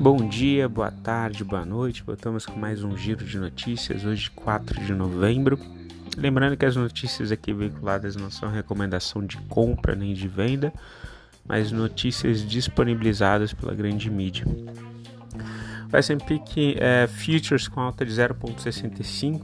Bom dia, boa tarde, boa noite. Voltamos com mais um giro de notícias, hoje 4 de novembro. Lembrando que as notícias aqui veiculadas não são recomendação de compra nem de venda, mas notícias disponibilizadas pela grande mídia. O S&P Futures com alta de 0,65.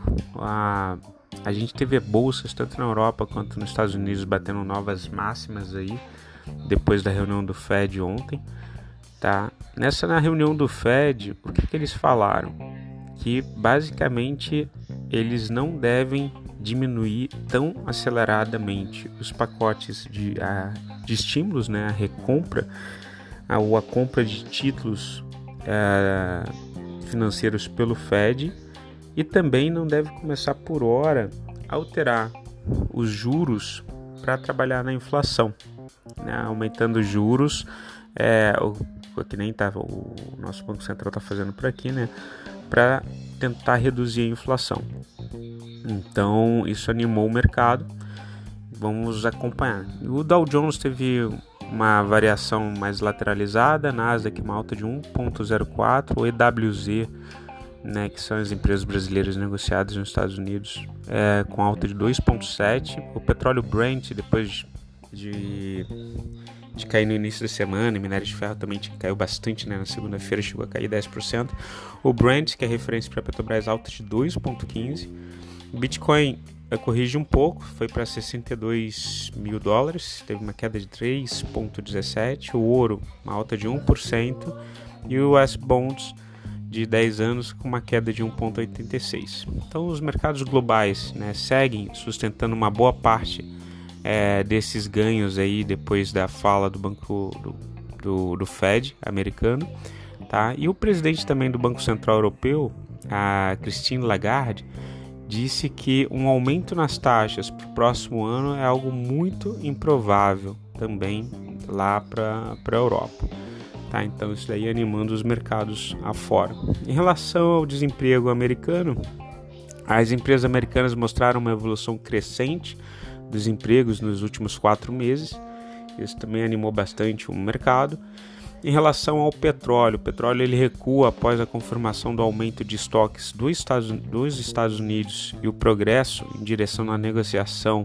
A gente teve bolsas tanto na Europa quanto nos Estados Unidos batendo novas máximas aí, depois da reunião do Fed ontem. Tá? Na reunião do Fed, o que eles falaram? Que basicamente eles não devem diminuir tão aceleradamente os pacotes de estímulos, né? A recompra ou a compra de títulos financeiros pelo Fed, e também não deve começar por hora a alterar os juros para trabalhar na inflação, né? Aumentando os juros, que nem o nosso Banco Central está fazendo por aqui, né, para tentar reduzir a inflação. Então isso animou o mercado, vamos acompanhar. O Dow Jones teve uma variação mais lateralizada, Nasdaq uma alta de 1,04, o EWZ, né, que são as empresas brasileiras negociadas nos Estados Unidos, com alta de 2,7, o petróleo Brent, depois de cair no início da semana, e minério de ferro também caiu bastante, né? Na segunda-feira chegou a cair 10%. O Brent, que é referência para a Petrobras, alta de 2,15. O Bitcoin corrige um pouco, foi para $62 mil, teve uma queda de 3,17. O ouro, uma alta de 1%. E o US Bonds de 10 anos com uma queda de 1,86. Então os mercados globais, né, seguem sustentando uma boa parte desses ganhos aí depois da fala do banco do Fed americano, tá? E o presidente também do Banco Central Europeu, a Christine Lagarde, disse que um aumento nas taxas para o próximo ano é algo muito improvável também lá para a Europa, tá? Então isso daí animando os mercados afora. Em relação ao desemprego americano, as empresas americanas mostraram uma evolução crescente dos empregos nos últimos 4 meses. Isso também animou bastante o mercado. Em relação ao petróleo, o petróleo ele recua após a confirmação do aumento de estoques dos Estados Unidos e o progresso em direção à negociação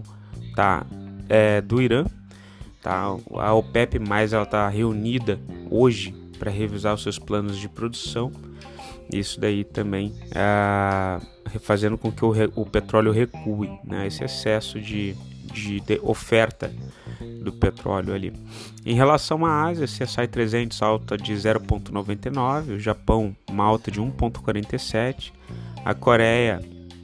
do Irã. Tá? A OPEP+, ela está reunida hoje para revisar os seus planos de produção. Isso daí também fazendo com que o petróleo recue, né? Esse excesso de oferta do petróleo ali. Em relação à Ásia, CSI 300 alta de 0,99, o Japão uma alta de 1,47, a Coreia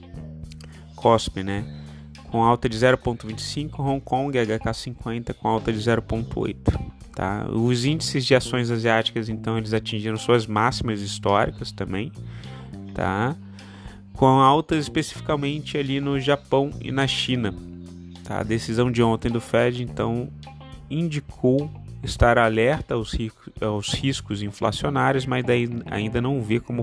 COSP, né, com alta de 0,25, Hong Kong HK50 com alta de 0,8. Tá? Os índices de ações asiáticas, então, eles atingiram suas máximas históricas também, tá? Com altas especificamente ali no Japão e na China. A decisão de ontem do Fed, então, indicou estar alerta aos riscos inflacionários, mas daí ainda não vê como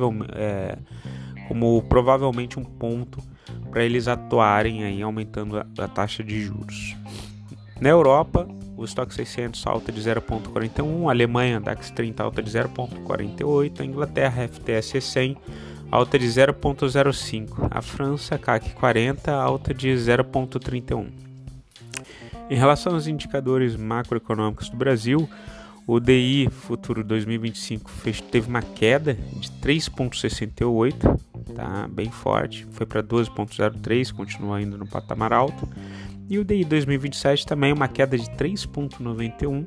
provavelmente um ponto para eles atuarem aí, aumentando a taxa de juros. Na Europa, o Stock 600 alta de 0,41, a Alemanha DAX 30 alta de 0,48, a Inglaterra FTSE 100 alta de 0,05. A França, CAC 40, alta de 0,31. Em relação aos indicadores macroeconômicos do Brasil, o DI futuro 2025 teve uma queda de 3,68, tá? Bem forte, foi para 12,03, continua indo no patamar alto. E o DI 2027 também uma queda de 3,91,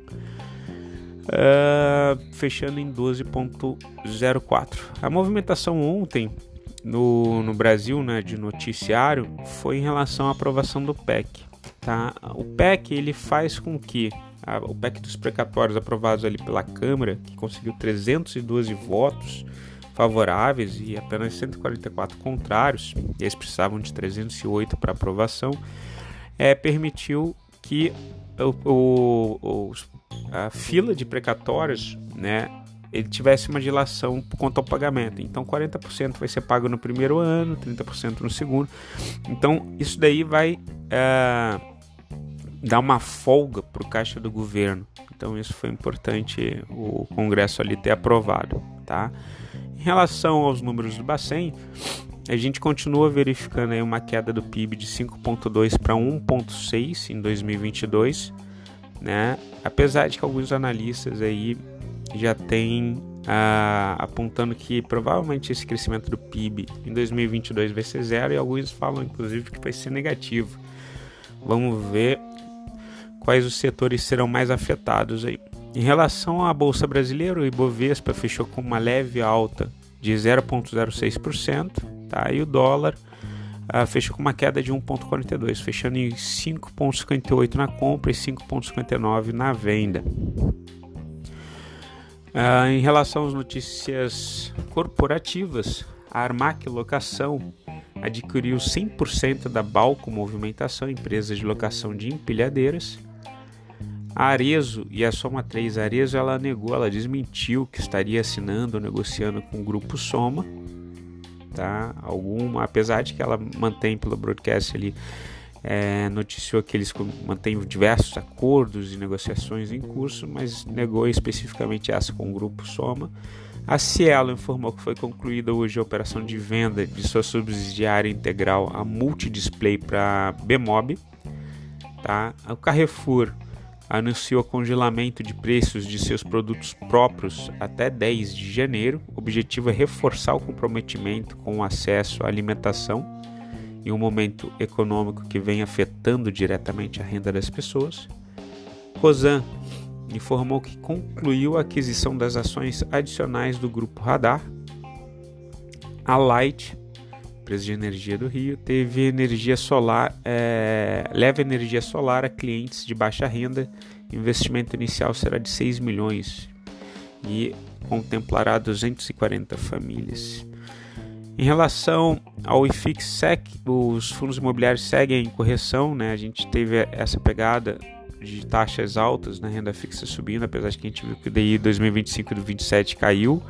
fechando em 12,04. A movimentação ontem no Brasil, né, de noticiário, foi em relação à aprovação do PEC. Tá? O PEC ele faz com que o PEC dos precatórios aprovados ali pela Câmara, que conseguiu 312 votos favoráveis e apenas 144 contrários, e eles precisavam de 308 para aprovação, permitiu que a fila de precatórios, né, ele tivesse uma dilação quanto ao pagamento. Então 40% vai ser pago no primeiro ano, 30% no segundo. Então isso daí vai dar uma folga para o caixa do governo, Então isso foi importante o Congresso ali ter aprovado, tá? Em relação aos números do Bacen, a gente continua verificando aí uma queda do PIB de 5,2 para 1,6 em 2022, né? Apesar de que alguns analistas aí já têm apontando que provavelmente esse crescimento do PIB em 2022 vai ser zero, e alguns falam inclusive que vai ser negativo. Vamos ver quais os setores serão mais afetados aí. Em relação à Bolsa Brasileira, o Ibovespa fechou com uma leve alta de 0,06%, tá? E o dólar fechou com uma queda de 1,42%, fechando em 5,58 na compra e 5,59 na venda. Em relação às notícias corporativas, a Armac Locação adquiriu 100% da Balco Movimentação, empresa de locação de empilhadeiras. A Arezzo e a Soma 3, a Arezzo ela desmentiu que estaria assinando ou negociando com o Grupo Soma, tá? Apesar de que ela mantém pelo broadcast ali, noticiou que eles mantêm diversos acordos e negociações em curso, mas negou especificamente essa com o Grupo Soma. A Cielo informou que foi concluída hoje a operação de venda de sua subsidiária integral, a Multidisplay, para Bemob, tá? O Carrefour anunciou congelamento de preços de seus produtos próprios até 10 de janeiro. O objetivo é reforçar o comprometimento com o acesso à alimentação em um momento econômico que vem afetando diretamente a renda das pessoas. Cosan informou que concluiu a aquisição das ações adicionais do Grupo Radar. A Light, empresa de energia do Rio, teve leva energia solar a clientes de baixa renda. O investimento inicial será de 6 milhões e contemplará 240 famílias. Em relação ao IFIX-SEC, os fundos imobiliários seguem em correção, né? A gente teve essa pegada de taxas altas na renda fixa subindo, apesar de que a gente viu que o DI 2025 e 2027 caiu.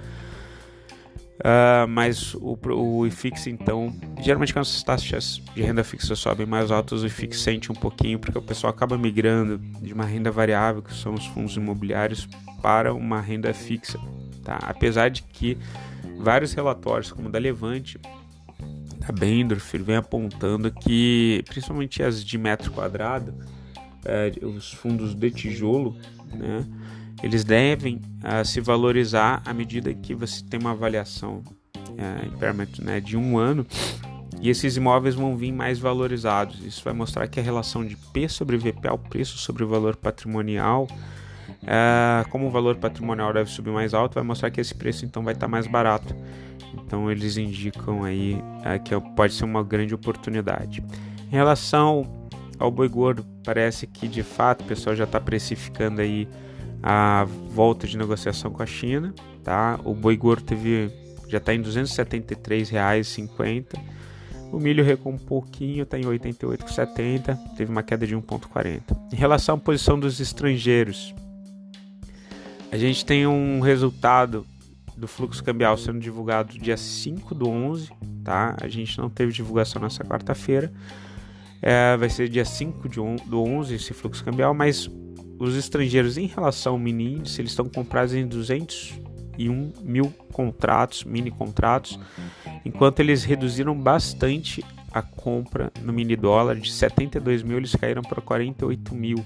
Mas o IFIX, então, geralmente quando as taxas de renda fixa sobem mais altas, o IFIX sente um pouquinho, porque o pessoal acaba migrando de uma renda variável, que são os fundos imobiliários, para uma renda fixa, tá? Apesar de que vários relatórios, como o da Levante, da Bendorf, vem apontando que, principalmente as de metro quadrado, os fundos de tijolo, né, eles devem se valorizar à medida que você tem uma avaliação impairment, né, de 1 ano, e esses imóveis vão vir mais valorizados. Isso vai mostrar que a relação de P sobre VPA, o preço sobre o valor patrimonial, como o valor patrimonial deve subir mais alto, vai mostrar que esse preço então vai estar mais barato. Então eles indicam aí que pode ser uma grande oportunidade. Em relação ao boi gordo, parece que de fato o pessoal já está precificando aí a volta de negociação com a China, tá? O boi gordo já está em R$ 273,50. O milho recuou um pouquinho, está em R$ 88,70, teve uma queda de 1,40. Em relação à posição dos estrangeiros, a gente tem um resultado do fluxo cambial sendo divulgado dia 5/11, tá? A gente não teve divulgação nessa quarta-feira. Vai ser dia 5/11 esse fluxo cambial, mas os estrangeiros em relação ao mini índice, eles estão comprados em 201 mil contratos, mini contratos, enquanto eles reduziram bastante a compra no mini dólar. De 72 mil, eles caíram para 48 mil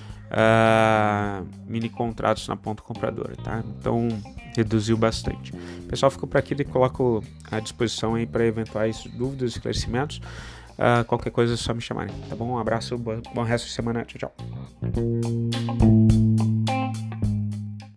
mini contratos na ponta compradora, tá? Então reduziu bastante. O pessoal ficou por aqui e coloco à disposição aí para eventuais dúvidas e esclarecimentos. Qualquer coisa é só me chamarem, tá bom? Um abraço, bom resto de semana, tchau, tchau.